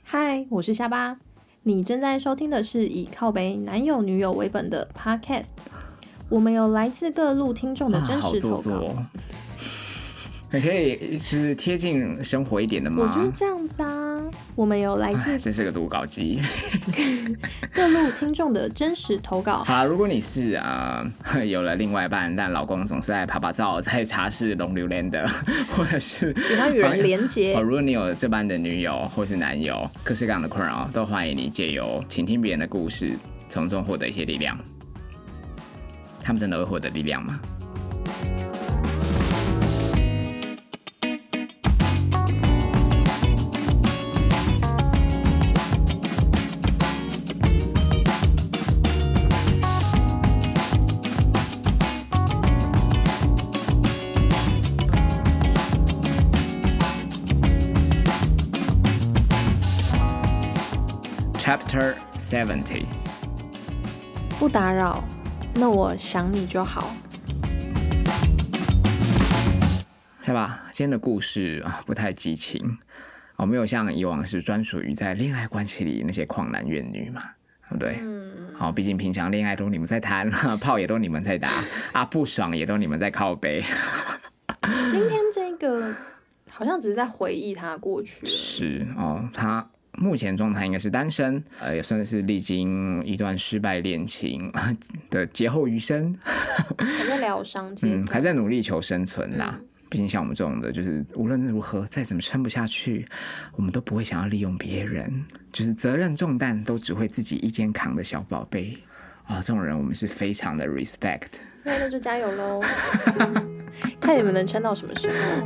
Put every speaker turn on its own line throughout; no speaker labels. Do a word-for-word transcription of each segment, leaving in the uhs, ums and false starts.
嗨，我是下巴，你正在收听的是以靠北男友女友为本的 Podcast， 我们有来自各路听众的真实投稿。啊，好做作哦。
你可以就是贴近生活一点的吗？
我就是这样子啊。我们有来自
真是个读稿机
各路听众的真实投稿。
好，如果你是呃有了另外一半，但老公总是在爬爬照、在茶室龙榴莲的，或者是
喜欢与人连结、
哦，如果你有这般的女友或是男友，各式各样的困扰，都欢迎你借由倾听别人的故事，从中获得一些力量。他们真的会获得力量吗？Chapter seventy，
不打扰，那我想你就好。
对吧？今天的故事啊，不太激情哦，没有像以往是专属于在恋爱关系里那些旷男怨女嘛，对不对？嗯。好，毕竟平常恋爱都你们在谈，炮也都你们在打啊，不爽也都你们在靠北。
今天这个好像只是在回忆他过去。
是哦，他目前状态应该是单身，呃，也算是历经一段失败恋情的劫后余生，
还在疗伤阶段，
嗯，还在努力求生存啦。嗯，毕竟像我们这种的，就是无论如何再怎么撑不下去，我们都不会想要利用别人，就是责任重担都只会自己一肩扛的小宝贝啊，这种人我们是非常的 respect。
那那就加油喽，看你们能撑到什么时候。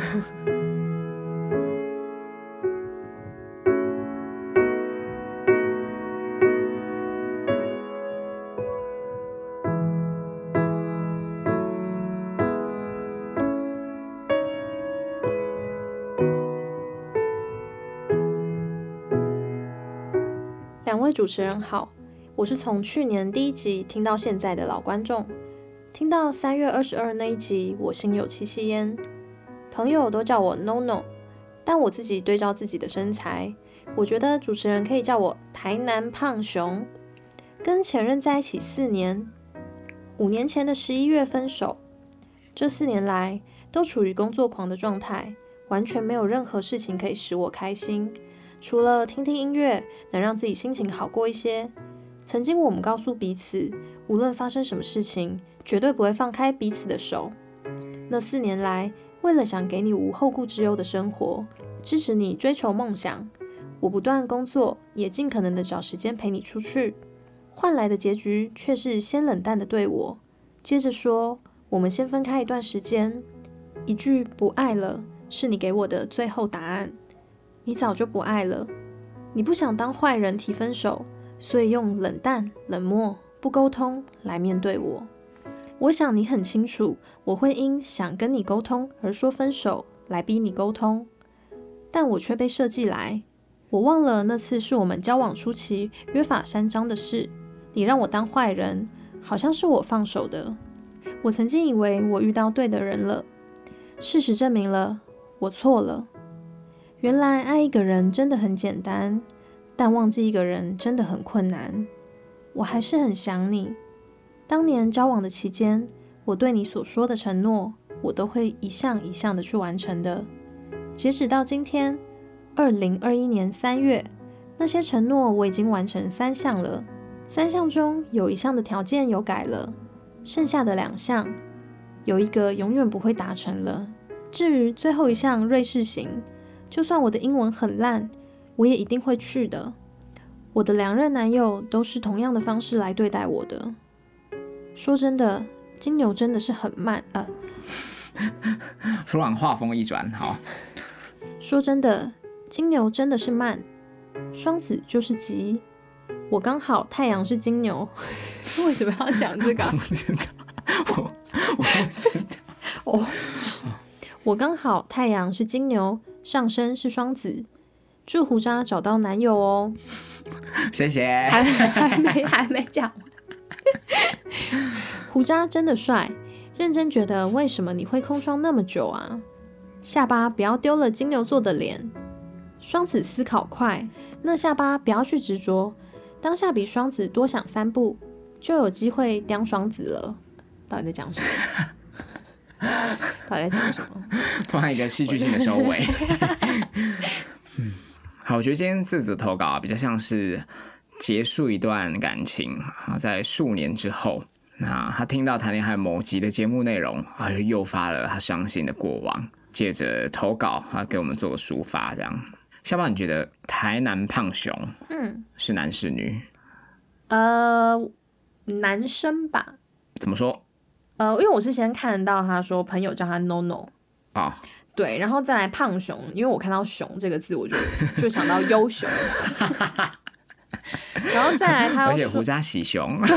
两位主持人好，我是从去年第一集听到现在的老观众。听到三月二十二那一集，我心有戚戚焉。朋友都叫我 No No， 但我自己对照自己的身材，我觉得主持人可以叫我台南胖熊。跟前任在一起四年，五年前的十一月分手。这四年来都处于工作狂的状态，完全没有任何事情可以使我开心。除了听听音乐能让自己心情好过一些，曾经我们告诉彼此，无论发生什么事情，绝对不会放开彼此的手。那四年来，为了想给你无后顾之忧的生活，支持你追求梦想，我不断工作，也尽可能的找时间陪你出去，换来的结局却是先冷淡的对我，接着说我们先分开一段时间，一句不爱了，是你给我的最后答案。你早就不爱了，你不想当坏人提分手，所以用冷淡、冷漠、不沟通来面对我。我想你很清楚，我会因想跟你沟通而说分手来逼你沟通，但我却被设计来。我忘了那次是我们交往初期约法三章的事，你让我当坏人，好像是我放手的。我曾经以为我遇到对的人了，事实证明了我错了。原来爱一个人真的很简单，但忘记一个人真的很困难。我还是很想你。当年交往的期间，我对你所说的承诺，我都会一项一项的去完成的。截止到今天，二零二一年三月，那些承诺我已经完成三项了。三项中有一项的条件有改了，剩下的两项，有一个永远不会达成了。至于最后一项瑞士行，就算我的英文很烂，我也一定会去的。我的两任男友都是同样的方式来对待我的。说真的，金牛真的是很慢呃。
突然话锋一转，好。
说真的，金牛真的是慢，双子就是急。我刚好太阳是金牛，为什么要讲这个？
我不知道，我我不知道。
哦，我刚好太阳是金牛，上升是双子。祝胡渣找到男友哦！
谢谢。
还还没还没讲完。胡渣真的帅，认真觉得为什么你会空窗那么久啊？下巴不要丢了金牛座的脸。双子思考快， 那下巴不要去执着，当下比双子多想三步，就有机会当双子了。到底在讲什么？到底在讲什么？
突然一个戏剧性的收尾。嗯，好，我觉得今天这则投稿、啊、比较像是结束一段感情，在数年之后，那他听到谈恋爱某集的节目内容，啊，又诱发了他伤心的过往，借着投稿啊给我们做个抒发，这样。下巴，你觉得台南胖熊，嗯，是男是女？
呃，男生吧。
怎么说？
呃，因为我是先看到他说朋友叫他 no no
啊、哦，
对，然后再来胖熊，因为我看到熊这个字，我就就想到优熊，然后再来他
而且胡渣喜熊，
对，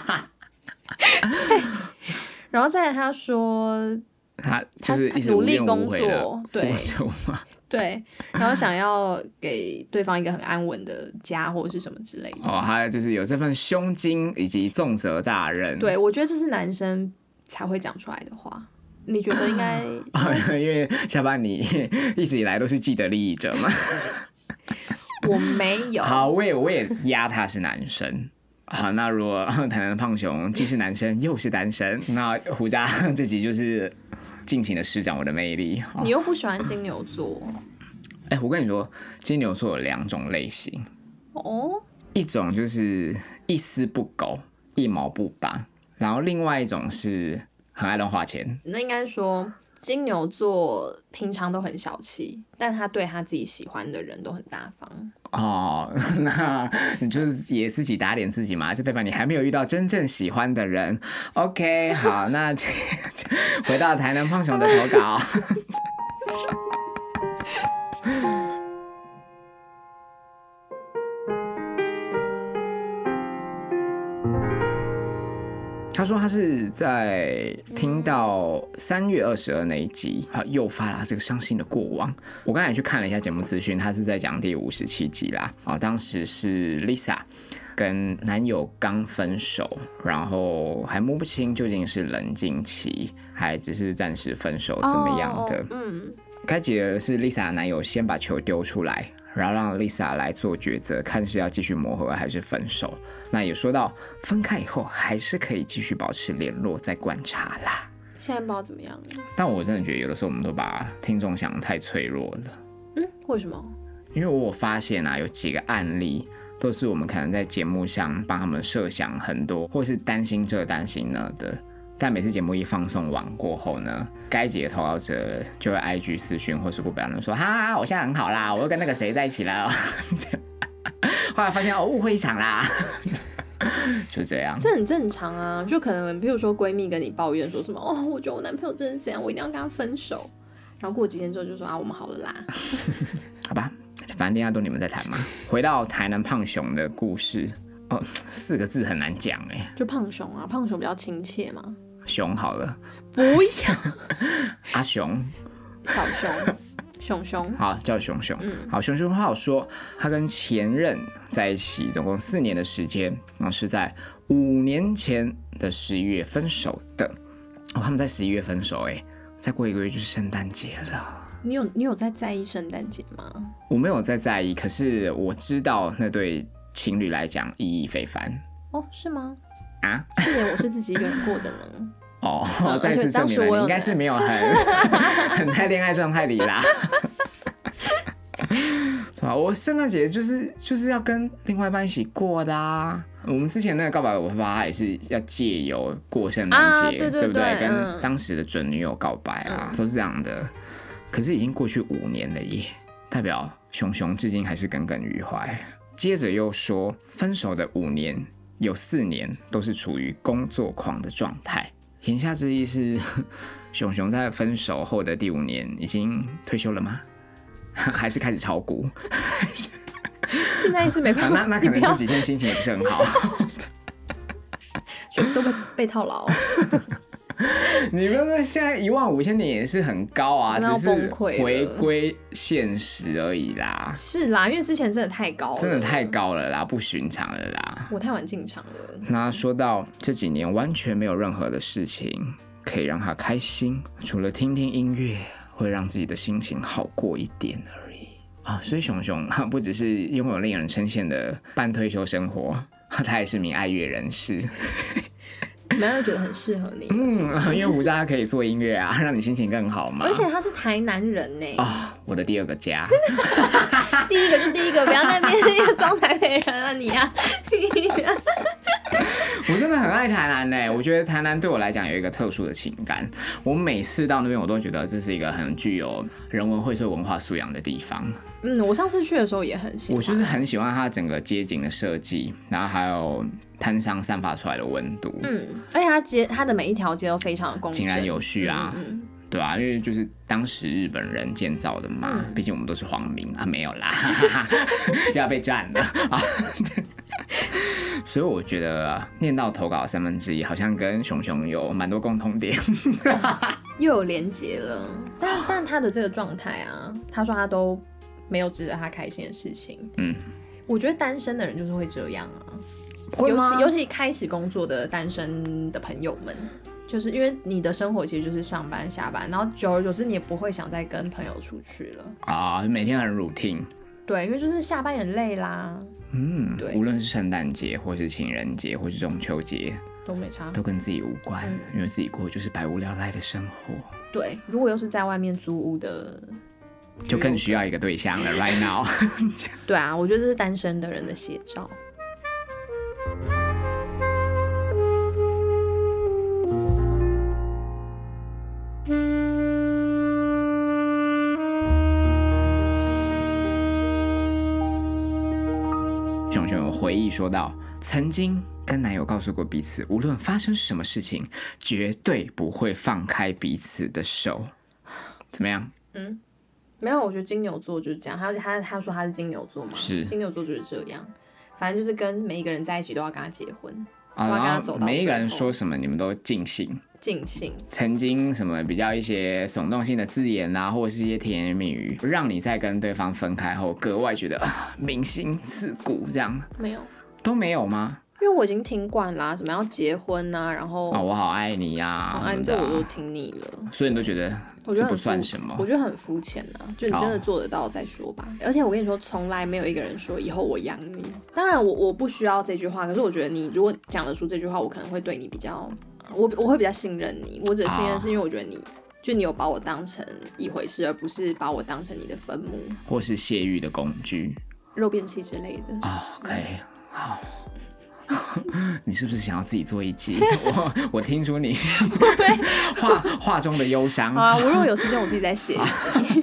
然后再来他说
他就是一直
努力工作，对对，然后想要给对方一个很安稳的家或者是什么之类的。
哦，还有就是有这份胸襟以及重责大任。
对，我觉得这是男生才会讲出来的话。你觉得应该？
因为下巴你一直以来都是既得利益者嘛。
我没有。
好，我也我也压他是男生。好，那如果台南的胖熊既是男生又是单身，那胡渣这集就是尽情的施展我的魅力。
你又不喜欢金牛座？
哎、欸，我跟你说，金牛座有两种类型。
哦。
一种就是一丝不苟、一毛不拔，然后另外一种是很爱乱花钱。
那应该说金牛座平常都很小气，但他对他自己喜欢的人都很大方。
哦，那你就是也自己打脸自己嘛，就代表你还没有遇到真正喜欢的人。OK， 好，那回到台南胖熊的投稿。他说他是在听到三月二十二那一集，诱发了这个伤心的过往。我刚才也去看了一下节目资讯，他是在讲第五十七集啦。当时是 Lisa 跟男友刚分手，然后还摸不清究竟是冷静期，还只是暂时分手怎么样的。Oh, 嗯，该集的是 Lisa 的男友先把球丢出来，然后让 Lisa 来做抉择，看是要继续磨合还是分手。那也说到分开以后还是可以继续保持联络，再观察啦。
现在不知道怎么样。
但我真的觉得有的时候我们都把听众想得太脆弱了。
嗯，为什么？
因为我发现啊，有几个案例都是我们可能在节目上帮他们设想很多，或是担心这担心那的。但每次节目一放送完过后呢，该集的投稿者就会 I G 私讯或是不表人说，哈，我现在很好啦，我又跟那个谁在一起了。后来发现哦，误会一场啦。就这样，
这很正常啊。就可能比如说闺蜜跟你抱怨说什么，哦，我觉得我男朋友真的是怎样，我一定要跟他分手。然后过几天之后就说啊，我们好了啦。
好吧，反正恋爱都你们在谈嘛。回到台南胖熊的故事，哦，四个字很难讲哎。
就胖熊啊，胖熊比较亲切嘛。
熊好了，
不要。
阿熊，
小熊。熊熊，
好，叫熊熊。嗯，好，熊熊好说，他跟前任在一起总共四年的时间，然后是在五年前的十一月分手的。哦，他们在十一月分手，哎，再过一个月就是圣诞节了。
你有你有在在意圣诞节吗？
我没有在在意，可是我知道那对情侣来讲意义非凡。
哦，是吗？
啊，
去年我是自己一个人过的呢。
哦，嗯、再次证明了你应该是没有很很在恋爱状态里啦。对吧？我圣诞节就是就是要跟另外一半一起过的啊。我们之前那个告白我爸爸也是要借由过圣诞节、啊，对, 对, 对, 对不对？跟当时的准女友告白啊，嗯、都是这样的。可是已经过去五年了耶，代表熊熊至今还是耿耿于怀。接着又说，分手的五年有四年都是处于工作狂的状态。言下之意是，熊熊在分手后的第五年已经退休了吗？还是开始炒股？
现在是没办法、
啊、那, 那可能这几天心情也不是很好，
就都被被套牢。
你们现在一万五千点也是很高啊，只是回归现实而已啦。
是啦，因为之前真的太高了，
真的太高了啦，不寻常了啦。
我太晚进场了。
那说到这几年完全没有任何的事情可以让他开心，除了听听音乐会让自己的心情好过一点而已。 啊、哦，所以熊熊不只是拥有令人称羡的半退休生活，他也是名爱乐人士。
没有觉得很适合你，
嗯，因为胡渣可以做音乐啊，让你心情更好嘛。
而且他是台南人呢。
啊、哦，我的第二个家。
第一个就第一个，不要在那边装台北人啊你啊！
我真的很爱台南呢，我觉得台南对我来讲有一个特殊的情感。我每次到那边，我都觉得这是一个很具有人文荟萃文化素养的地方。
嗯，我上次去的时候也很喜欢，
我就是很喜欢它整个街景的设计，然后还有摊商散发出来的温度。
嗯，而且它街它的每一条街都非常的公正，
井然有序啊。嗯嗯对啊，因为就是当时日本人建造的嘛，毕、嗯、竟我们都是皇民啊，没有啦，要被占了啊。所以我觉得念到投稿三分之一，好像跟熊熊有蛮多共同点，
又有连结了。但但他的这个状态啊，他说他都没有值得他开心的事情。嗯，我觉得单身的人就是会这样啊，尤其尤其开始工作的单身的朋友们。就是因为你的生活其实就是上班下班，然后久而久之你也不会想再跟朋友出去了
啊，每天很 routine。
对，因为就是下班也累啦。
嗯，对，无论是圣诞节或是情人节或是中秋节
都没差，
都跟自己无关，嗯、因为自己过就是百无聊赖的生活。
对，如果又是在外面租屋的，
就更需要一个对象了 ，right now 。
对啊，我觉得这是单身的人的写照。
熊熊有回忆说到，曾经跟男友告诉过彼此，无论发生什么事情，绝对不会放开彼此的手。怎么样？嗯，
没有，我觉得金牛座就是这样。他他他说他是金牛座嘛，是金牛座就是这样，反正就是跟每一个人在一起都要跟他结婚，啊、都要跟他走到
每一个人说什么你们都尽兴。
尽兴，
曾经什么比较一些耸动性的字眼啊，或者是一些甜言蜜语，让你在跟对方分开后格外觉得、啊、铭心刺骨，这样
没有
都没有吗？
因为我已经听惯啦、啊，怎么要结婚啊，然后
啊、哦，我好爱你呀、啊，
好爱你，这我都听腻了，
所以你都觉得这不算什么？
我觉得很肤浅啊，就你真的做得到再说吧。而且我跟你说，从来没有一个人说以后我养你。当然我，我不需要这句话，可是我觉得你如果讲得出这句话，我可能会对你比较。我我会比较信任你，我只信任是因为我觉得你、啊、就你有把我当成一回事，而不是把我当成你的分母，
或是泄欲的工具、
肉便器之类的。
啊、哦，可以，好。你是不是想要自己做一集？我我听出你话话中的忧伤。
好啊，我如果有时间，我自己再写一集。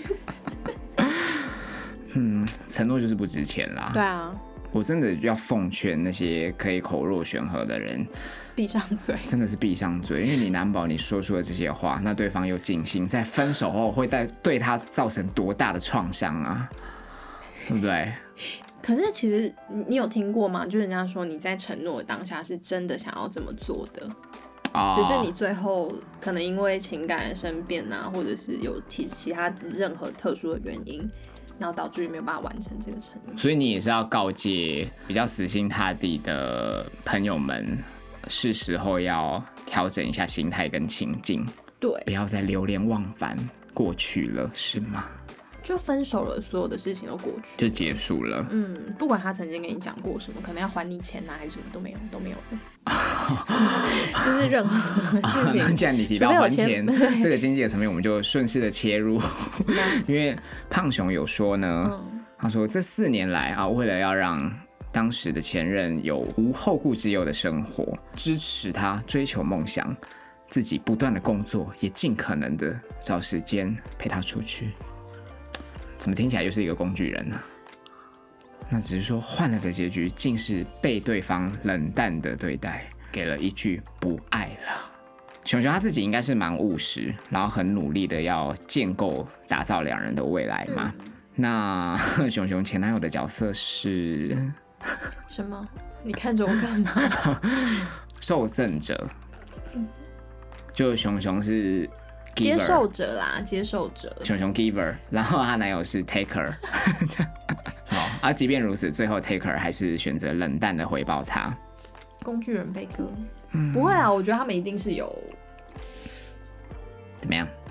嗯，承诺就是不值钱啦。
对啊。
我真的要奉劝那些可以口若悬河的人，
闭上嘴，
真的是闭上嘴，因为你难保你说出了这些话，那对方又尽兴，在分手后会在对他造成多大的创伤啊，对不对？
可是其实你有听过吗？就是人家说你在承诺的当下是真的想要这么做的，哦、只是你最后可能因为情感的生变啊，或者是有其其他任何特殊的原因。然后导致没有办法完成这个承诺，
所以你也是要告诫比较死心塌地的朋友们，是时候要调整一下心态跟情境，
对，
不要再流连忘返过去了，是吗？
就分手了，所有的事情都过去，
就结束了。
嗯，不管他曾经跟你讲过什么，可能要还你钱啊，还是什么都没有，都没有了。就是任何事情。啊、
既然你提到还钱这个经济的层面，我们就顺势的切入。因为胖熊有说呢，嗯、他说这四年来啊，为了要让当时的前任有无后顾之忧的生活，支持他追求梦想，自己不断的工作，也尽可能的找时间陪他出去。怎么听起来又是一个工具人呢、啊？那只是说换了的结局，竟是被对方冷淡的对待，给了一句不爱了。熊熊他自己应该是蛮务实，然后很努力的要建构、打造两人的未来嘛。嗯、那熊熊前男友的角色是
什么？你看着我干嘛？
受赠者，就熊熊是。
接受者啦，接受者。
熊熊 giver， 然后她男友是 taker。好，而、啊、即便如此，最后 taker 还是选择冷淡的回报他。
工具人被割、嗯，不会啊，我觉得他们一定是有
怎么样？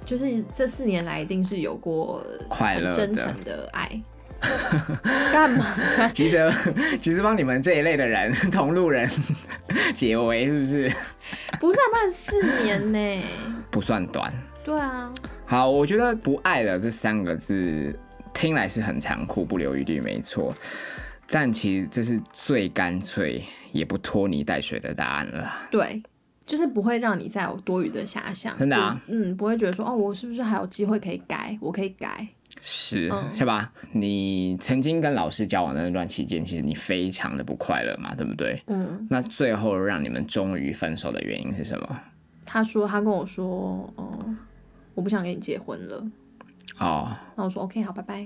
就是这四年来一定是有过
快乐的
真诚的爱。干嘛？
急着急着帮你们这一类的人同路人解围，是不是？
不是啊，不然四年呢？
不算短。
对啊。
好，我觉得不爱了这三个字听来是很残酷，不留余地，没错。但其实这是最干脆也不拖泥带水的答案了。
对，就是不会让你再有多余的遐想。
真的啊。
嗯，不会觉得说哦，我是不是还有机会可以改？我可以改。
是，嗯、是吧？你曾经跟老师交往的那段期间，其实你非常的不快乐嘛，对不对？嗯。那最后让你们终于分手的原因是什么？
他说，他跟我说，哦、呃，我不想跟你结婚了。哦。那我说 OK， 好，拜拜。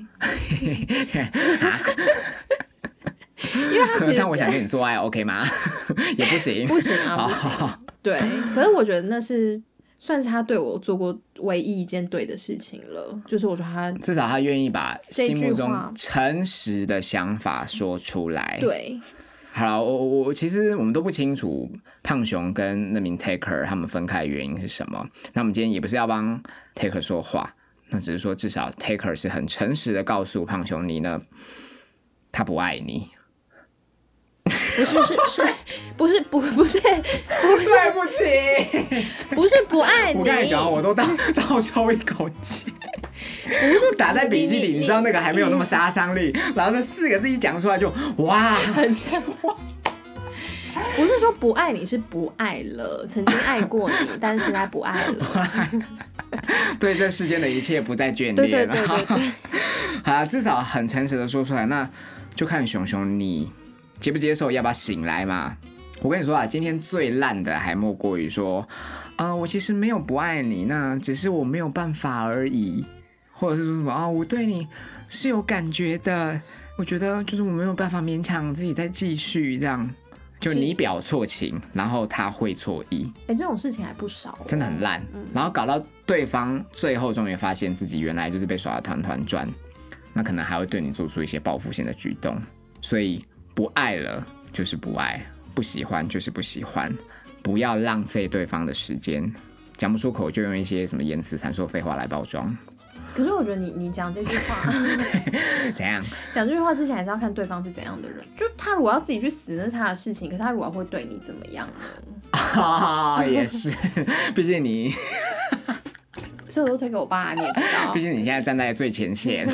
因为他其实，
但我想跟你做爱 ，OK 吗？也不行，
不行啊，不行。对，可是我觉得那是。算是他对我做过唯一一件对的事情了，就是我觉得他
至少他愿意把心目中诚实的想法说出来。
对，
好了，我我其实我们都不清楚胖熊跟那名 Taker 他们分开的原因是什么。那我们今天也不是要帮 Taker 说话，那只是说至少 Taker 是很诚实的告诉胖熊你呢，他不爱你。
不是是是，不是不不是不是，
对不起，
不是不爱你。
我刚才讲我都倒倒抽一口气，
不是
打在笔记里，你知道那个还没有那么杀伤力，然后那四个字一讲出来就哇，
很强。不是说不爱你，是不爱了，曾经爱过你，但是现在不爱了。
对这世间的一切不再眷恋了。
对对对对对。
好啦，至少很诚实的说出来，那就看熊熊你。接不接受，要不要醒来嘛？我跟你说啊，今天最烂的还莫过于说，啊、呃，我其实没有不爱你，那只是我没有办法而已，或者是说什么啊、哦，我对你是有感觉的，我觉得就是我没有办法勉强自己再继续这样，就你表错情，然后他会错意，
哎、欸，这种事情还不少、哦，
真的很烂、嗯，然后搞到对方最后终于发现自己原来就是被耍得团团转，那可能还会对你做出一些报复性的举动，所以。不爱了就是不爱，不喜欢就是不喜欢，不要浪费对方的时间，讲不出口就用一些什么言辞、闪烁、废话来包装。
可是我觉得你你讲这句话，
怎样？
讲这句话之前还是要看对方是怎样的人。就他如果要自己去死，那是他的事情；可是他如果会对你怎么样呢？
啊，也是，毕竟你，
所以我都推给我爸，你也知道。
毕竟你现在站在最前线。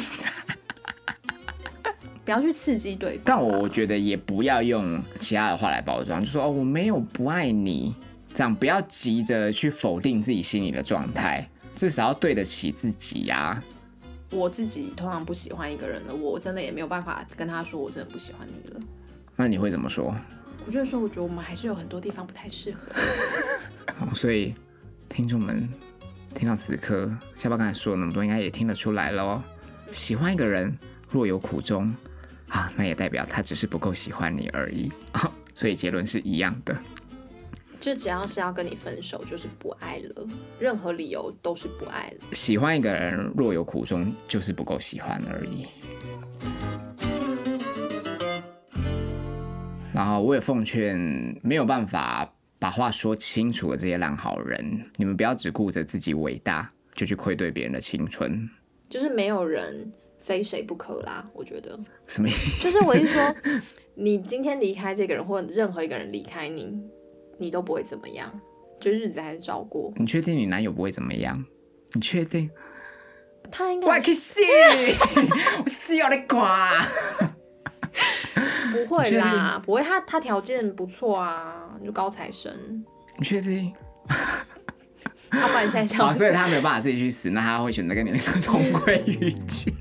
不要去刺激对方，
但我觉得也不要用其他的话来包装，就说哦我没有不爱你，这样不要急着去否定自己心里的状态，至少要对得起自己呀、啊。
我自己通常不喜欢一个人了，我真的也没有办法跟他说我真的不喜欢你了。
那你会怎么说？
我就说我觉得我们还是有很多地方不太适合。
好，所以听众们听到此刻，下巴刚才说了那么多，应该也听得出来了哦。喜欢一个人若有苦衷。啊，那也代表他只是不够喜欢你而已，所以结论是一样的。
就只要是要跟你分手，就是不爱了，任何理由都是不爱了。
喜欢一个人若有苦衷，就是不够喜欢而已。然后我也奉劝没有办法把话说清楚的这些烂好人，你们不要只顾着自己伟大，就去愧对别人的青春。
就是没有人非谁不可啦，我觉得。
什么意思？
就是我一说，你今天离开这个人，或者任何一个人离开你，你都不会怎么样，就日子还是照过。
你确定你男友不会怎么样？你确定？
他应该。
我去死！我死要你看。
不会啦，不会。他他条件不错啊，就高材生。
你确定？
要不然现在想、
啊，所以他没有办法自己去死，那他会选择跟你那个同归于尽。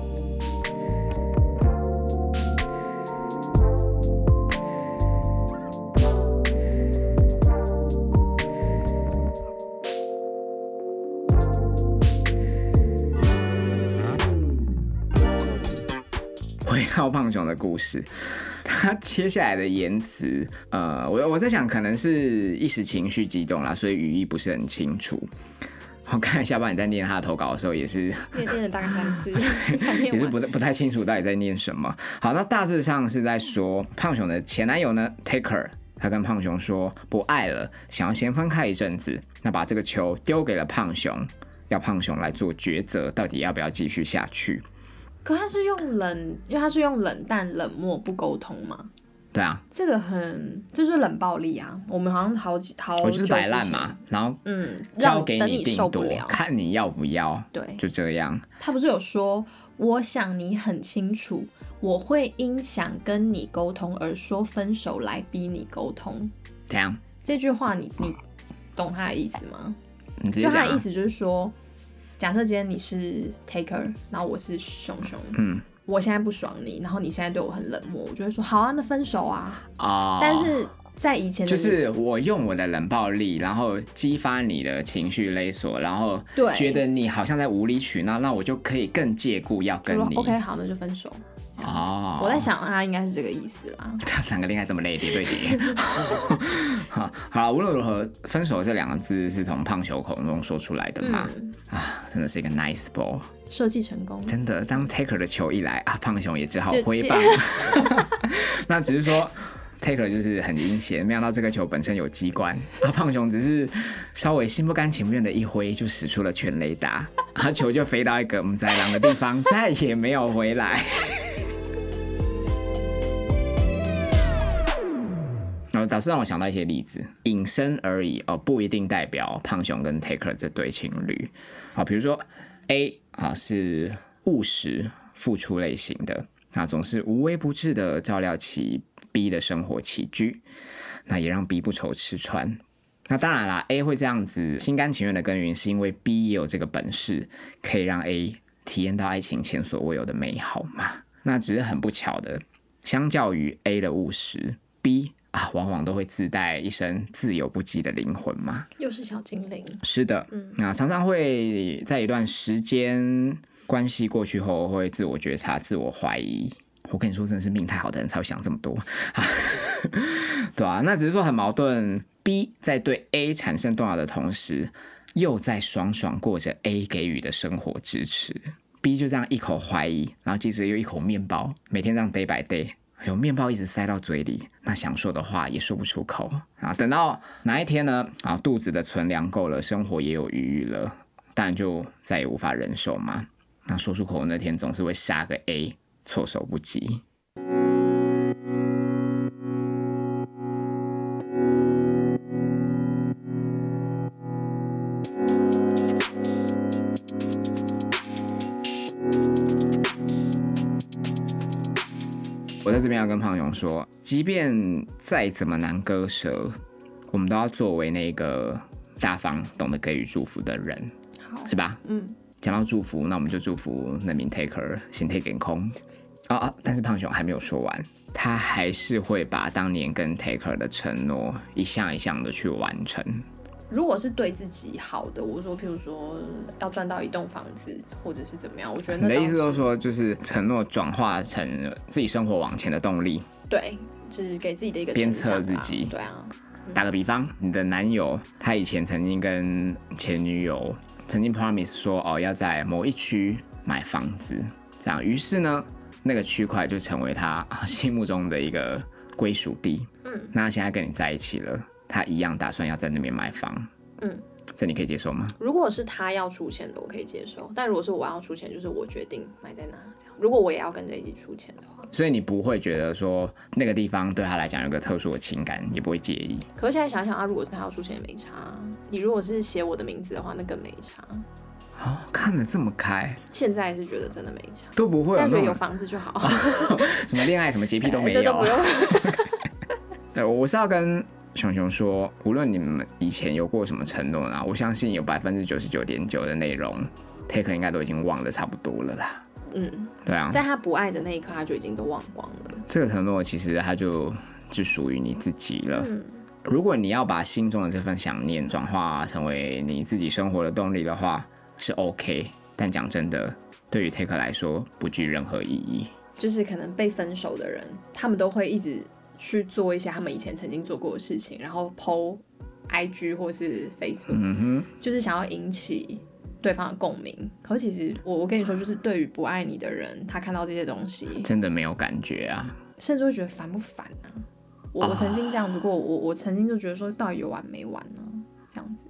回到胖熊的故事，他接下来的言辞，呃，我我在想，可能是一时情绪激动啦，所以语义不是很清楚。我看一下，帮你在念他的投稿的时候，也是
念念了大概三次，
也是不不太清楚到底在念什么。好，那大致上是在说胖熊的前男友呢 ，Taker， 他跟胖熊说不爱了，想要先分开一阵子，那把这个球丢给了胖熊。 要胖熊来做抉择，到底要不要继续下去。
可他是用冷，因为他是用冷淡、冷漠、不沟通嘛。
对啊，
这个很，这就是冷暴力啊！我们好像好几好，
我就是摆烂嘛，然后
嗯，
交给
你
定夺，看你要不要。
对，
就这样。
他不是有说，我想你很清楚，我会因想跟你沟通而说分手来逼你沟通。
怎样？
这句话你你懂他的意思吗？
你直接讲啊。
就他的意思就是说，假设今天你是 taker， 然后我是熊熊，嗯。我现在不爽你，然后你现在对我很冷漠，我就会说好啊，那分手啊。哦。但是在以前的
就是我用我的冷暴力，然后激发你的情绪勒索，然后觉得你好像在无理取闹，那我就可以更借故要跟你。
OK， 好，那就分手。哦。我在想他应该是这个意思啦。
他两个恋爱这么累，叠对叠。好，好，无论如何，分手这两个字是从胖熊口中说出来的嘛？嗯、啊，真的是一个 nice ball。
设计成功，
真的。当 Taker 的球一来啊，胖熊也只好挥棒。那只是说 Taker 就是很阴险，没想到这个球本身有机关，啊，胖熊只是稍微心不甘情不愿的一挥，就使出了全垒打，啊，球就飞到一个唔知人的地方，再也没有回来。然后导致让我想到一些例子，引申而已哦，不一定代表胖熊跟 Taker 这对情侣。好，比如说 A 啊是务实付出类型的，那总是无微不至的照料起 B 的生活起居，那也让 B 不愁吃穿。那当然啦 ，A 会这样子心甘情愿的耕耘，是因为 B 也有这个本事，可以让 A 体验到爱情前所未有的美好嘛。那只是很不巧的，相较于 A 的务实 ，B 啊，往往都会自带一身自由不羁的灵魂嘛。
又是小精灵。是
的，嗯，那常常会在一段时间关系过去后，会自我觉察、自我怀疑。我跟你说，真的是命太好的人才会想这么多，对啊，那只是说很矛盾。B 在对 A 产生动摇的同时，又在爽爽过着 A 给予的生活支持。B 就这样一口怀疑，然后接着又一口面包，每天这样 day by day。有面包一直塞到嘴里，那想说的话也说不出口啊。等到哪一天呢？啊，肚子的存粮够了，生活也有余裕了，当然就再也无法忍受嘛。那说出口的那天，总是会杀个 A， 措手不及。我在这边要跟胖熊说，即便再怎么难割舍，我们都要作为那个大方、懂得给予祝福的人，是吧？嗯。讲到祝福，那我们就祝福那名 taker 心态健康。哦哦，但是胖熊还没有说完，他还是会把当年跟 taker 的承诺一项一项的去完成。
如果是对自己好的，我说，譬如说要赚到一栋房子，或者是怎么样，我觉得那
你的意思就是说，就是承诺转化成自己生活往前的动力。
对，就是给自己的一个
鞭策自己。
对啊，
嗯、打个比方，你的男友他以前曾经跟前女友曾经 promise 说，哦，要在某一区买房子，这样，于是呢，那个区块就成为他心目中的一个归属地。嗯，那他现在跟你在一起了。他一样打算要在那边买房，嗯，这你可以接受吗？
如果是他要出钱的，我可以接受；但如果是我要出钱，就是我决定买在哪。这样，如果我也要跟着一起出钱的话，
所以你不会觉得说那个地方对他来讲有个特殊的情感，也不会介意。
可是现在想想啊，如果是他要出钱也没差。你如果是写我的名字的话，那更没差。
哦，看得这么开，
现在是觉得真的没差，
都不会有，
现在觉得有房子就好，
什么恋爱什么洁癖都没有，
对，都不用。
对，我是要跟熊熊说，无论你们以前有过什么承诺呢，我相信有百分之九十九点九的内容 ，Taker 应该都已经忘得差不多了啦。嗯，对啊，
在他不爱的那一刻，他就已经都忘光了。
这个承诺其实他就就属于你自己了。嗯，如果你要把心中的这份想念转化成为你自己生活的动力的话，是 OK。但讲真的，对于 Taker 来说，不具任何意义。
就是可能被分手的人，他们都会一直去做一些他们以前曾经做过的事情，然后 po I G 或是 Facebook，嗯哼，就是想要引起对方的共鸣。可是其实我我跟你说，就是对于不爱你的人，他看到这些东西，
真的没有感觉啊，
甚至会觉得烦不烦啊？我、oh. 我曾经这样子过，我我曾经就觉得说，到底有完没完呢？这样子。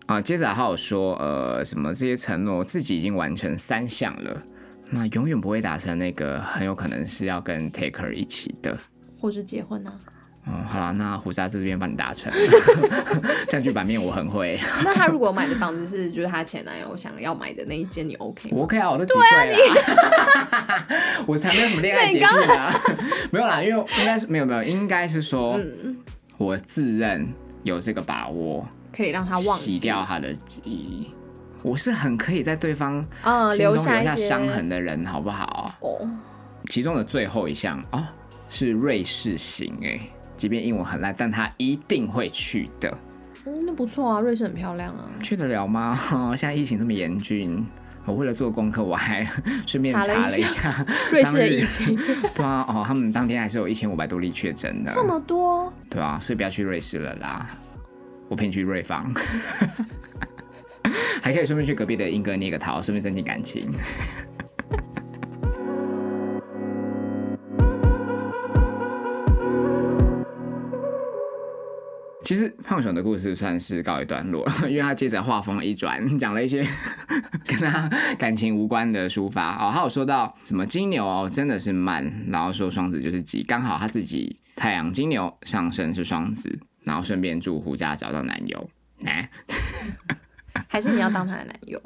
啊，接着还有说，呃，什么这些承诺自己已经完成三项了，那永远不会达成那个，很有可能是要跟 Taker 一起的，
或是结婚啊。
哦，好啦，那胡沙这边帮你达成，占据版面我很会。
那他如果买的房子是就是他前男友想要买的那一间，你 OK 吗？
我 OK 啊，我都几岁了、啊，我才没有什么恋爱洁癖啊，没有啦，因为应该是没有没有，应该是说，嗯、我自认有这个把握。
可以让他忘记
洗掉他的记忆，我是很可以在对方心中留下伤痕的人，好不好？哦，其中的最后一项哦，是瑞士行哎，即便英文很烂，但他一定会去的。
哦，那不错啊，瑞士很漂亮啊。
去得了吗？哦、现在疫情这么严峻，我为了做功课，我还顺便查了一下
瑞士的疫情。
对啊，哦，他们当天还是有一千五百多例确诊的，
这么多？
对啊，所以不要去瑞士了啦。我陪你去瑞芳，还可以顺便去隔壁的英哥捏个桃，顺便增进感情。其实胖熊的故事算是告一段落，因为他接着话锋一转，讲了一些跟他感情无关的抒发哦。他有说到什么金牛哦真的是慢，然后说双子就是急，刚好他自己太阳金牛上升是双子。然后顺便祝胡家找到男友，哎，
还是你要当他的男友？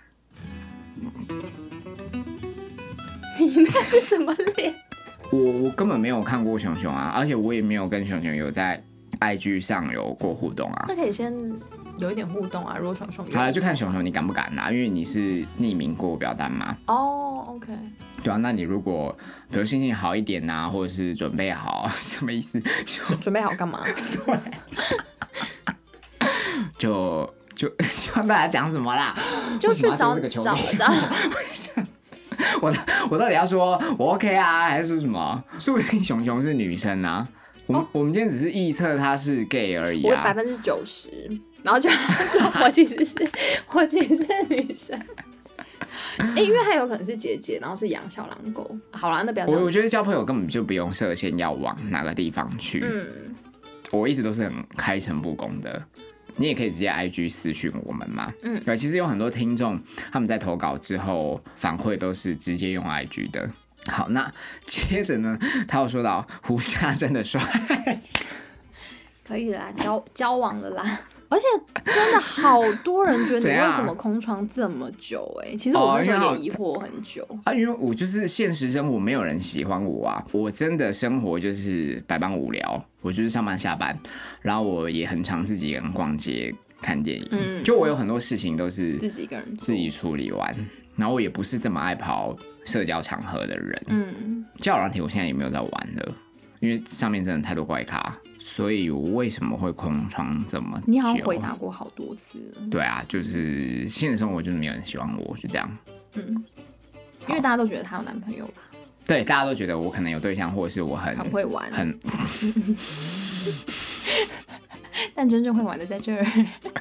你那是什么脸？
我我根本没有看过熊熊啊，而且我也没有跟熊熊有在 I G 上有过互动啊。
那可以先有一点互动啊，如果熊熊有。
好了，就看熊熊你敢不敢啦、啊，因为你是匿名过表单嘛。
哦、oh, ，OK。
对啊，那你如果比如心情好一点呐、啊，或者是准备好，什么意思？就
准备好干嘛？
对，就就希望大家讲什么啦？
就去找这个找找。
我我到底要说我 OK 啊，还是说什么？说不定熊熊是女生啊。我们、哦、我们今天只是臆测他是 gay 而已啊。
我百分之九十，然后就他说我其实是我其实是女生。欸、因为还有可能是姐姐，然后是养小狼狗。好啦，那不要。
我我觉得交朋友根本就不用设限，要往哪个地方去。嗯，我一直都是很开诚布公的。你也可以直接 I G 私讯我们嘛。嗯，对，其实有很多听众他们在投稿之后反馈都是直接用 I G 的。好，那接着呢，他又说到胡夏真的帅，
可以啦，交交往了啦。而且真的好多人觉得你为什么空窗这么久哎、欸？其实我那时候也疑惑很久、哦、
啊，因为我就是现实生活没有人喜欢我啊，我真的生活就是百般无聊，我就是上班下班，然后我也很常自己一个人逛街看电影，嗯，就我有很多事情都是
自己一个人
自己处理完，然后我也不是这么爱跑社交场合的人，嗯，交友软体我现在也没有在玩了，因为上面真的太多怪咖。所以我为什么会空窗这么久？
你好像回答过好多次了。
对啊，就是现实生活就是没有人喜欢我，就这样。嗯，
因为大家都觉得他有男朋友吧？
对，大家都觉得我可能有对象，或者是我很
很会玩，
很。
但真正会玩的在这儿。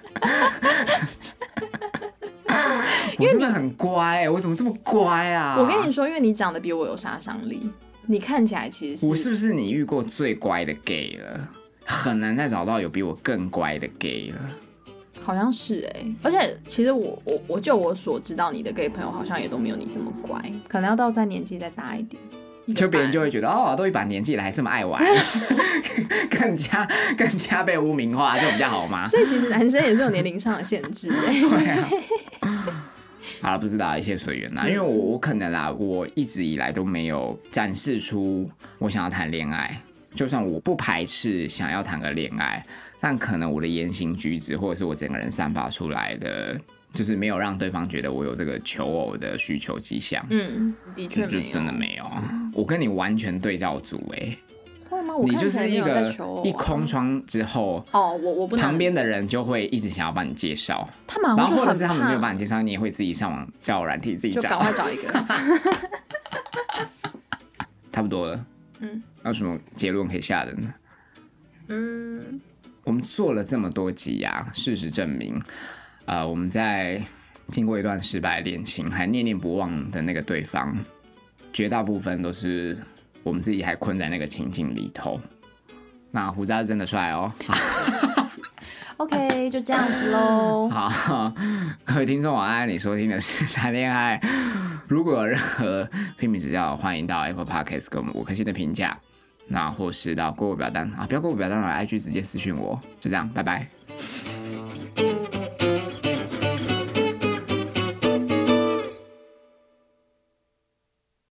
我真的很乖、欸，我怎么这么乖啊？
我跟你说，因为你长得比我有杀伤力。你看起来其实是
我是不是你遇过最乖的 gay 了？很难再找到有比我更乖的 gay 了。
好像是哎、欸，而且其实我我我就我所知道，你的 gay 朋友好像也都没有你这么乖，可能要到再年纪再大一点，
就别人就会觉得哦，都一把年纪了还这么爱玩，更加更加被污名化，就比较好吗？
所以其实男生也是有年龄上的限制哎、欸。
对啊。好了，不知道一切随缘啦，因为我我可能啦，我一直以来都没有展示出我想要谈恋爱，就算我不排斥想要谈个恋爱，但可能我的言行举止或者是我整个人散发出来的，就是没有让对方觉得我有这个求偶的需求迹象。嗯，
的确
就真的没有，我跟你完全对照组哎、欸。
会吗？我
你就是一个一空窗之后，
哦，我我不能
旁边的人就会一直想要帮你介绍，
他们
然后或者是他们没有帮你介绍，你也会自己上网交友软体自己找，
就赶快找一个，
差不多了。嗯，有什么结论可以下的呢？嗯，我们做了这么多集啊，事实证明，呃，我们在经过一段失败恋情还念念不忘的那个对方，绝大部分都是。我们自己还困在那个情境里头，那胡渣真的帅哦。
OK， 就这样子喽。
好，各位听众晚安，你收听的是谈恋爱。如果有任何批评指教，欢迎到 Apple Podcast 给我们五颗星的评价，那或是到购物表单啊，不要购物表单来 I G 直接私讯我，就这样，拜拜。